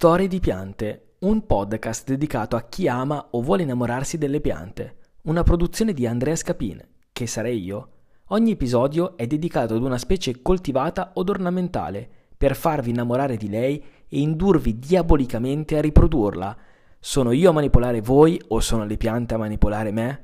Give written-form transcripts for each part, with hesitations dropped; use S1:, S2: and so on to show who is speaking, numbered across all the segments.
S1: Storie di piante, un podcast dedicato a chi ama o vuole innamorarsi delle piante. Una produzione di Andrea Scapin, che sarei io. Ogni episodio è dedicato ad una specie coltivata od ornamentale, per farvi innamorare di lei e indurvi diabolicamente a riprodurla. Sono io a manipolare voi o sono le piante a manipolare me?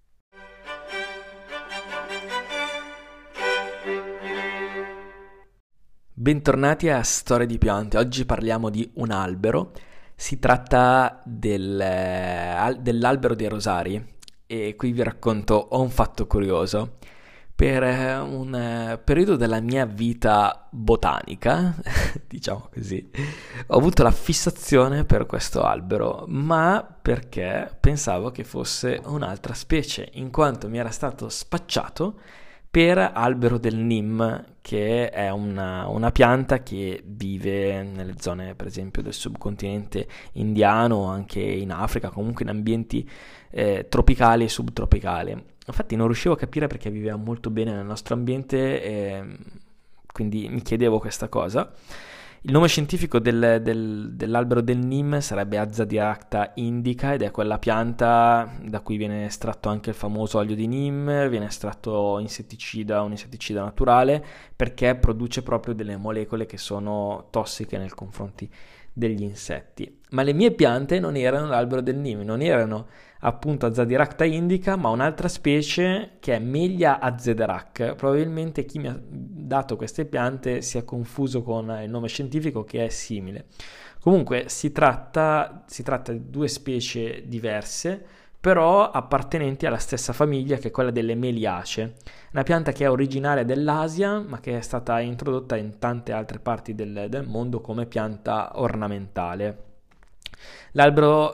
S1: Bentornati a Storie di piante. Oggi parliamo di un albero. Si tratta dell'albero dei rosari e qui vi racconto un fatto curioso. Per un periodo della mia vita botanica, diciamo così, ho avuto la fissazione per questo albero, ma perché pensavo che fosse un'altra specie, in quanto mi era stato spacciato per albero del Neem, che è una pianta che vive nelle zone, per esempio, del subcontinente indiano, anche in Africa, comunque in ambienti tropicali e subtropicali. Infatti non riuscivo a capire perché viveva molto bene nel nostro ambiente, quindi mi chiedevo questa cosa. Il nome scientifico dell'albero del Neem sarebbe Azadirachta indica ed è quella pianta da cui viene estratto anche il famoso olio di Neem, viene estratto un insetticida naturale perché produce proprio delle molecole che sono tossiche nei confronti degli insetti. Ma le mie piante non erano l'albero del Neem, non erano appunto Azadirachta indica, ma un'altra specie che è Melia azederac. Probabilmente chi mi ha dato queste piante si è confuso con il nome scientifico, che è simile. Comunque si tratta di due specie diverse, però appartenenti alla stessa famiglia, che è quella delle Meliaceae, una pianta che è originaria dell'Asia ma che è stata introdotta in tante altre parti del mondo come pianta ornamentale. L'albero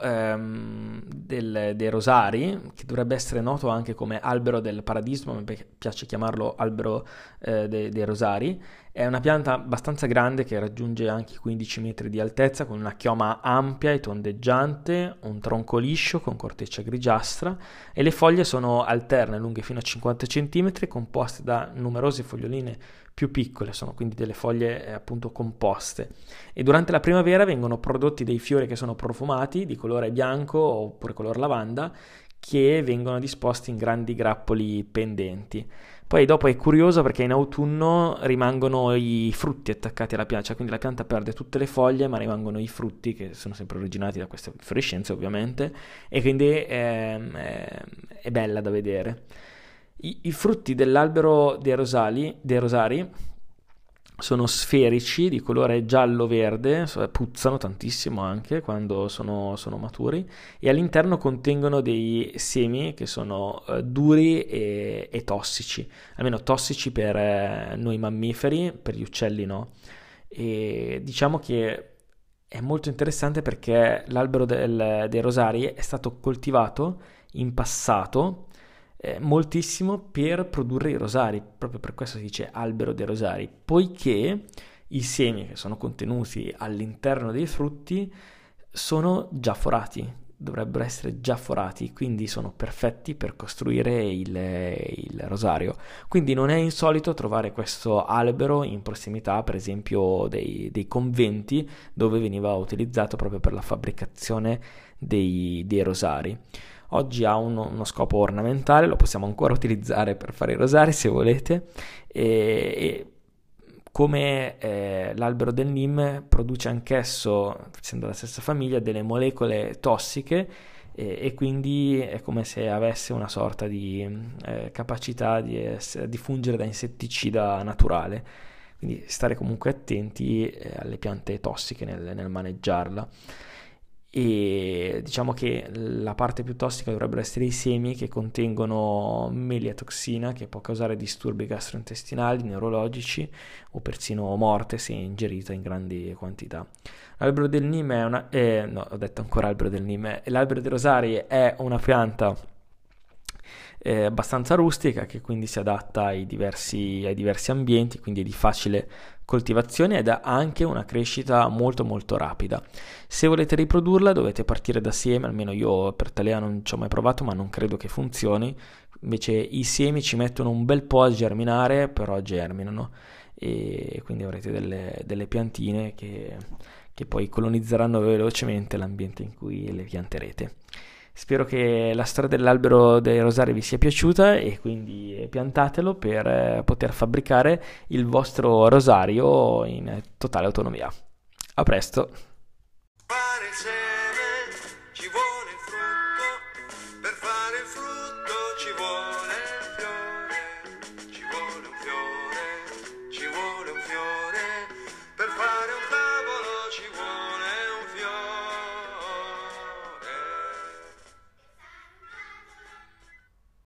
S1: dei rosari, che dovrebbe essere noto anche come albero del paradiso, ma mi piace chiamarlo albero dei rosari, è una pianta abbastanza grande che raggiunge anche i 15 metri di altezza, con una chioma ampia e tondeggiante, un tronco liscio con corteccia grigiastra e le foglie sono alterne, lunghe fino a 50 cm, composte da numerose foglioline più piccole, sono quindi delle foglie appunto composte, e durante la primavera vengono prodotti dei fiori che sono profumati di colore bianco oppure color lavanda, che vengono disposti in grandi grappoli pendenti. Poi dopo è curioso perché in autunno rimangono i frutti attaccati alla pianta, quindi la pianta perde tutte le foglie ma rimangono i frutti, che sono sempre originati da queste infiorescenze ovviamente, e quindi è bella da vedere. I frutti dell'albero dei rosari sono sferici di colore giallo-verde, puzzano tantissimo anche quando sono maturi, e all'interno contengono dei semi che sono duri e tossici, almeno tossici per noi mammiferi, per gli uccelli no. E diciamo che è molto interessante perché l'albero dei rosari è stato coltivato in passato moltissimo per produrre i rosari, proprio per questo si dice albero dei rosari, poiché i semi che sono contenuti all'interno dei frutti sono già forati, dovrebbero essere già forati, quindi sono perfetti per costruire il rosario. Quindi non è insolito trovare questo albero in prossimità, per esempio, dei conventi, dove veniva utilizzato proprio per la fabbricazione dei rosari. Oggi ha uno scopo ornamentale, lo possiamo ancora utilizzare per fare i rosari se volete, e come l'albero del Neem produce anch'esso, essendo la stessa famiglia, delle molecole tossiche, e quindi è come se avesse una sorta di capacità di fungere da insetticida naturale. Quindi stare comunque attenti alle piante tossiche nel maneggiarla. E diciamo che la parte più tossica dovrebbero essere i semi, che contengono meliatoxina, che può causare disturbi gastrointestinali, neurologici o persino morte se ingerita in grandi quantità. L'albero del Neem l'albero dei rosari è una pianta abbastanza rustica, che quindi si adatta ai diversi ambienti, quindi è di facile coltivazione ed ha anche una crescita molto molto rapida. Se volete riprodurla dovete partire da seme, almeno io per Talea non ci ho mai provato, ma non credo che funzioni. Invece i semi ci mettono un bel po' a germinare, però germinano, e quindi avrete delle piantine che che poi colonizzeranno velocemente l'ambiente in cui le pianterete. Spero che la storia dell'albero dei rosari vi sia piaciuta e quindi piantatelo per poter fabbricare il vostro rosario in totale autonomia. A presto!